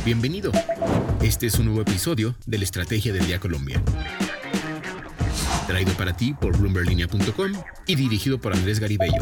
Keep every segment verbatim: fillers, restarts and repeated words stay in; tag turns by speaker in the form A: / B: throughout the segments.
A: Bienvenido. Este es un nuevo episodio de la Estrategia del Día Colombia. Traído para ti por bloomberg linea punto com y dirigido por Andrés Garibello.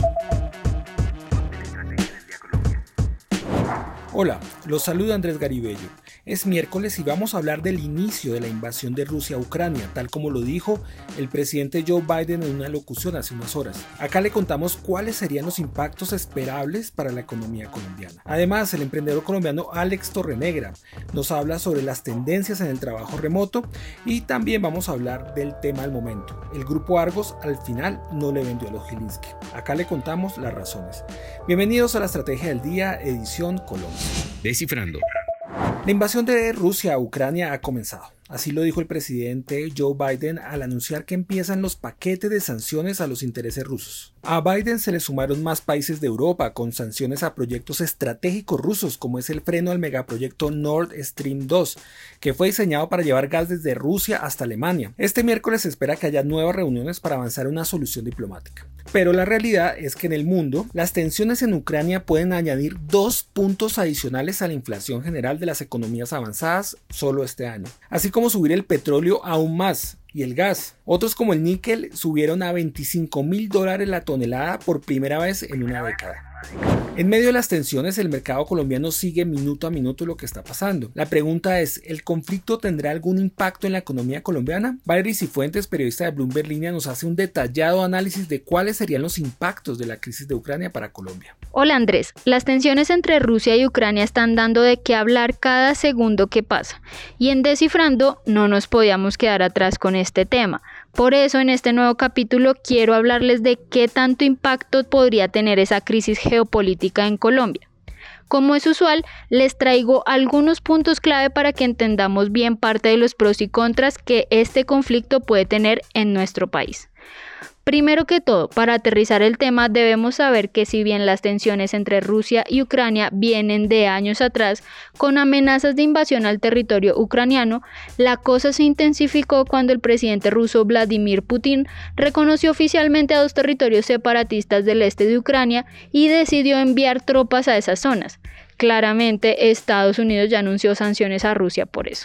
B: Hola, los saluda Andrés Garibello. Es miércoles y vamos a hablar del inicio de la invasión de Rusia a Ucrania, tal como lo dijo el presidente Joe Biden en una locución hace unas horas. Acá le contamos cuáles serían los impactos esperables para la economía colombiana. Además, el emprendedor colombiano Alex Torrenegra nos habla sobre las tendencias en el trabajo remoto y también vamos a hablar del tema del momento. El grupo Argos al final no le vendió a los Gilinski. Acá le contamos las razones. Bienvenidos a la Estrategia del Día, edición Colombia.
A: Descifrando.
B: La invasión de Rusia a Ucrania ha comenzado. Así lo dijo el presidente Joe Biden al anunciar que empiezan los paquetes de sanciones a los intereses rusos. A Biden se le sumaron más países de Europa con sanciones a proyectos estratégicos rusos, como es el freno al megaproyecto Nord Stream dos, que fue diseñado para llevar gas desde Rusia hasta Alemania. Este miércoles se espera que haya nuevas reuniones para avanzar en una solución diplomática. Pero la realidad es que en el mundo, las tensiones en Ucrania pueden añadir dos puntos adicionales a la inflación general de las economías avanzadas solo este año, así como subir el petróleo aún más y el gas. Otros como el níquel subieron a veinticinco mil dólares la tonelada por primera vez en una década. En medio de las tensiones, el mercado colombiano sigue minuto a minuto lo que está pasando. La pregunta es, ¿el conflicto tendrá algún impacto en la economía colombiana? Valery Cifuentes, periodista de Bloomberg Línea, nos hace un detallado análisis de cuáles serían los impactos de la crisis de Ucrania para Colombia.
C: Hola Andrés, las tensiones entre Rusia y Ucrania están dando de qué hablar cada segundo que pasa. Y en Descifrando no nos podíamos quedar atrás con este tema. Por eso en este nuevo capítulo quiero hablarles de qué tanto impacto podría tener esa crisis geopolítica en Colombia. Como es usual, les traigo algunos puntos clave para que entendamos bien parte de los pros y contras que este conflicto puede tener en nuestro país. Primero que todo, para aterrizar el tema, debemos saber que si bien las tensiones entre Rusia y Ucrania vienen de años atrás, con amenazas de invasión al territorio ucraniano, la cosa se intensificó cuando el presidente ruso Vladimir Putin reconoció oficialmente a dos territorios separatistas del este de Ucrania y decidió enviar tropas a esas zonas. Claramente, Estados Unidos ya anunció sanciones a Rusia por eso.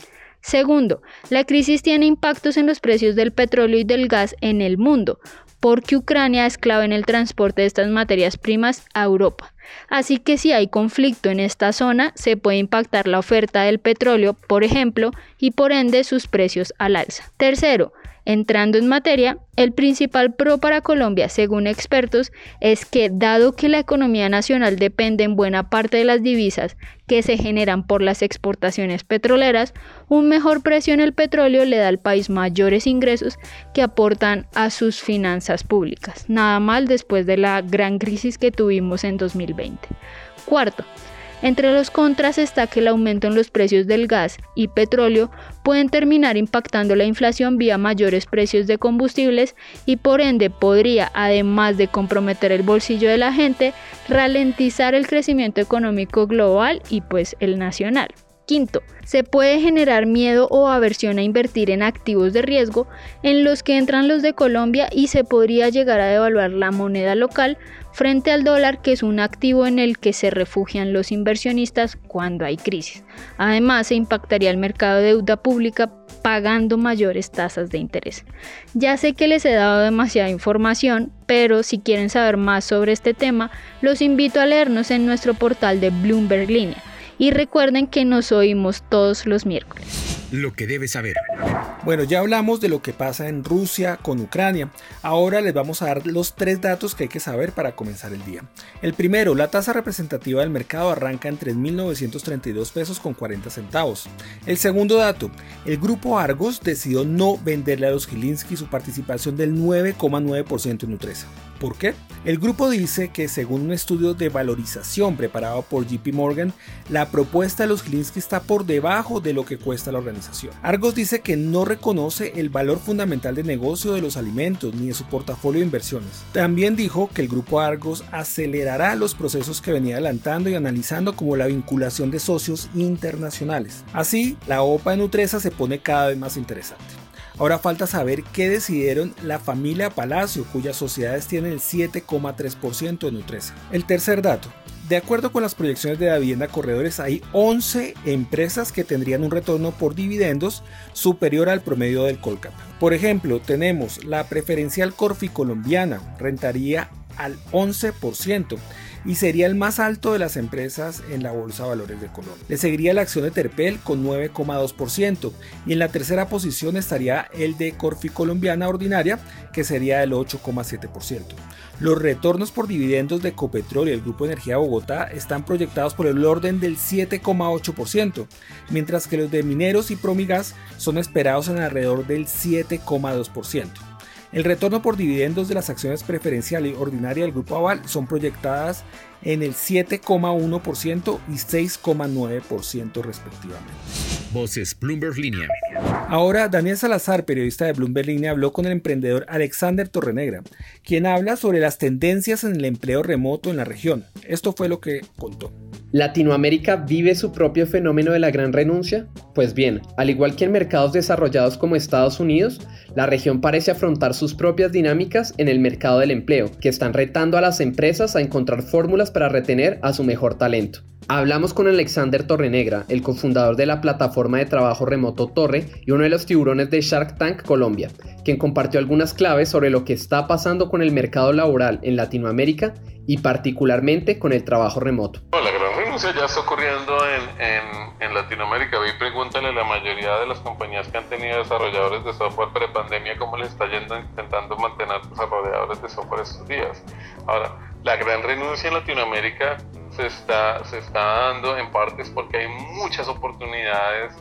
C: Segundo, la crisis tiene impactos en los precios del petróleo y del gas en el mundo, porque Ucrania es clave en el transporte de estas materias primas a Europa. Así que si hay conflicto en esta zona, se puede impactar la oferta del petróleo, por ejemplo, y por ende sus precios al alza. Tercero, entrando en materia, el principal pro para Colombia, según expertos, es que dado que la economía nacional depende en buena parte de las divisas que se generan por las exportaciones petroleras, un mejor precio en el petróleo le da al país mayores ingresos que aportan a sus finanzas públicas. Nada mal después de la gran crisis que tuvimos en dos mil veinte. Cuarto, entre los contras está que el aumento en los precios del gas y petróleo pueden terminar impactando la inflación vía mayores precios de combustibles y por ende podría, además de comprometer el bolsillo de la gente, ralentizar el crecimiento económico global y pues el nacional. Quinto, se puede generar miedo o aversión a invertir en activos de riesgo en los que entran los de Colombia y se podría llegar a devaluar la moneda local frente al dólar, que es un activo en el que se refugian los inversionistas cuando hay crisis. Además, se impactaría el mercado de deuda pública pagando mayores tasas de interés. Ya sé que les he dado demasiada información, pero si quieren saber más sobre este tema, los invito a leernos en nuestro portal de Bloomberg Línea. Y recuerden que nos oímos todos los miércoles.
A: Lo que debes saber.
B: Bueno, ya hablamos de lo que pasa en Rusia con Ucrania. Ahora les vamos a dar los tres datos que hay que saber para comenzar el día. El primero, la tasa representativa del mercado arranca en tres mil novecientos treinta y dos pesos con cuarenta centavos. El segundo dato, el grupo Argos decidió no venderle a los Gilinski su participación del nueve coma nueve por ciento en Nutresa. ¿Por qué? El grupo dice que según un estudio de valorización preparado por J P Morgan, la propuesta de los Gilinski está por debajo de lo que cuesta la organización. Argos dice que no reconoce el valor fundamental de negocio de los alimentos ni de su portafolio de inversiones. También dijo que el grupo Argos acelerará los procesos que venía adelantando y analizando, como la vinculación de socios internacionales. Así, la O P A de Nutresa se pone cada vez más interesante. Ahora falta saber qué decidieron la familia Palacio, cuyas sociedades tienen el siete coma tres por ciento de Nutresa. El tercer dato, De acuerdo con las proyecciones de Davivienda Corredores, hay once empresas que tendrían un retorno por dividendos superior al promedio del Colcap. Por ejemplo, tenemos la preferencial Corfi colombiana, rentaría al once por ciento y sería el más alto de las empresas en la Bolsa de Valores de Colombia. Le seguiría la acción de Terpel con nueve coma dos por ciento y en la tercera posición estaría el de Corfi colombiana ordinaria, que sería el ocho coma siete por ciento. Los retornos por dividendos de Ecopetrol y el Grupo Energía Bogotá están proyectados por el orden del siete coma ocho por ciento, mientras que los de Mineros y Promigas son esperados en alrededor del siete coma dos por ciento. El retorno por dividendos de las acciones preferencial y ordinaria del Grupo Aval son proyectadas en el siete coma uno por ciento y seis coma nueve por ciento respectivamente.
A: Voces Bloomberg Línea.
B: Ahora, Daniel Salazar, periodista de Bloomberg Línea, habló con el emprendedor Alexander Torrenegra, quien habla sobre las tendencias en el empleo remoto en la región. Esto fue lo que contó.
D: ¿Latinoamérica vive su propio fenómeno de la gran renuncia? Pues bien, al igual que en mercados desarrollados como Estados Unidos, la región parece afrontar sus propias dinámicas en el mercado del empleo, que están retando a las empresas a encontrar fórmulas para retener a su mejor talento. Hablamos con Alexander Torrenegra, el cofundador de la plataforma de trabajo remoto Torre y uno de los tiburones de Shark Tank Colombia, quien compartió algunas claves sobre lo que está pasando con el mercado laboral en Latinoamérica y particularmente con el trabajo remoto.
E: La gran renuncia ya está ocurriendo en, en, en Latinoamérica. Ve y pregúntale a la mayoría de las compañías que han tenido desarrolladores de software pre-pandemia cómo les está yendo intentando mantener desarrolladores de software estos días. Ahora, la gran renuncia en Latinoamérica se está, se está dando en partes porque hay muchas oportunidades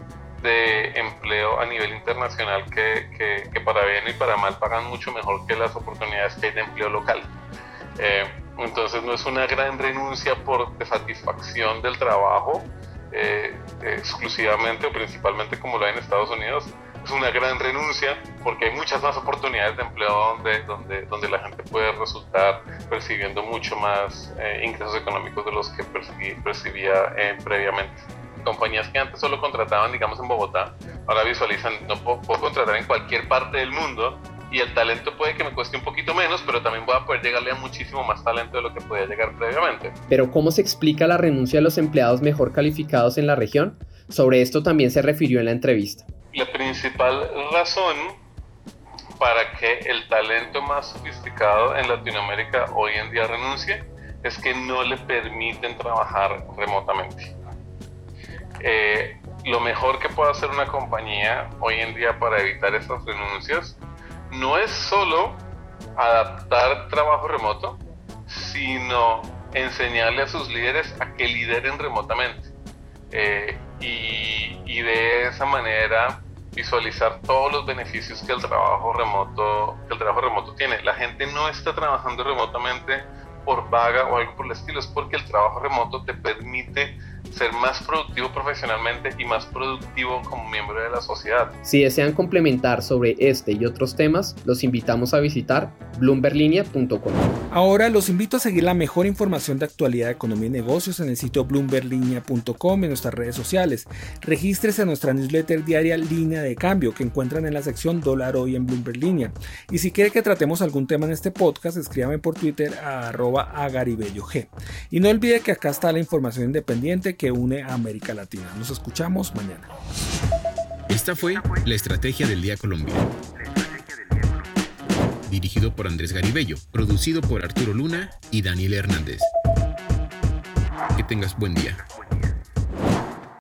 E: de empleo a nivel internacional que, que, que para bien y para mal pagan mucho mejor que las oportunidades que hay de empleo local. Eh, entonces no es una gran renuncia por satisfacción del trabajo eh, exclusivamente o principalmente como lo hay en Estados Unidos. Es una gran renuncia porque hay muchas más oportunidades de empleo donde, donde, donde la gente puede resultar percibiendo mucho más eh, ingresos económicos de los que percibí, percibía eh, previamente. Compañías que antes solo contrataban, digamos, en Bogotá, ahora visualizan, no puedo, puedo contratar en cualquier parte del mundo y el talento puede que me cueste un poquito menos, pero también voy a poder llegarle a muchísimo más talento de lo que podía llegar previamente.
D: Pero ¿cómo se explica la renuncia de los empleados mejor calificados en la región? Sobre esto también se refirió en la entrevista.
E: La principal razón para que el talento más sofisticado en Latinoamérica hoy en día renuncie es que no le permiten trabajar remotamente. Eh, lo mejor que puede hacer una compañía hoy en día para evitar estas renuncias no es solo adaptar trabajo remoto, sino enseñarle a sus líderes a que lideren remotamente. Eh, y, y de esa manera visualizar todos los beneficios que el trabajo remoto que el trabajo remoto tiene. La gente no está trabajando remotamente por vaga o algo por el estilo, es porque el trabajo remoto te permite ser más productivo profesionalmente y más productivo como miembro de la sociedad.
D: Si desean complementar sobre este y otros temas, los invitamos a visitar bloomberg linea punto com.
B: Ahora los invito a seguir la mejor información de actualidad, economía y negocios en el sitio bloomberg linea punto com y en nuestras redes sociales. Regístrese a nuestra newsletter diaria Línea de Cambio que encuentran en la sección Dólar Hoy en Bloomberg Línea. Y si quiere que tratemos algún tema en este podcast, escríbame por Twitter a arroba agaribellog. Y no olvide que acá está la información independiente que une a América Latina. Nos escuchamos mañana.
A: Esta fue La Estrategia del Día Colombia. Dirigido por Andrés Garibello, producido por Arturo Luna y Daniel Hernández. Que tengas buen día.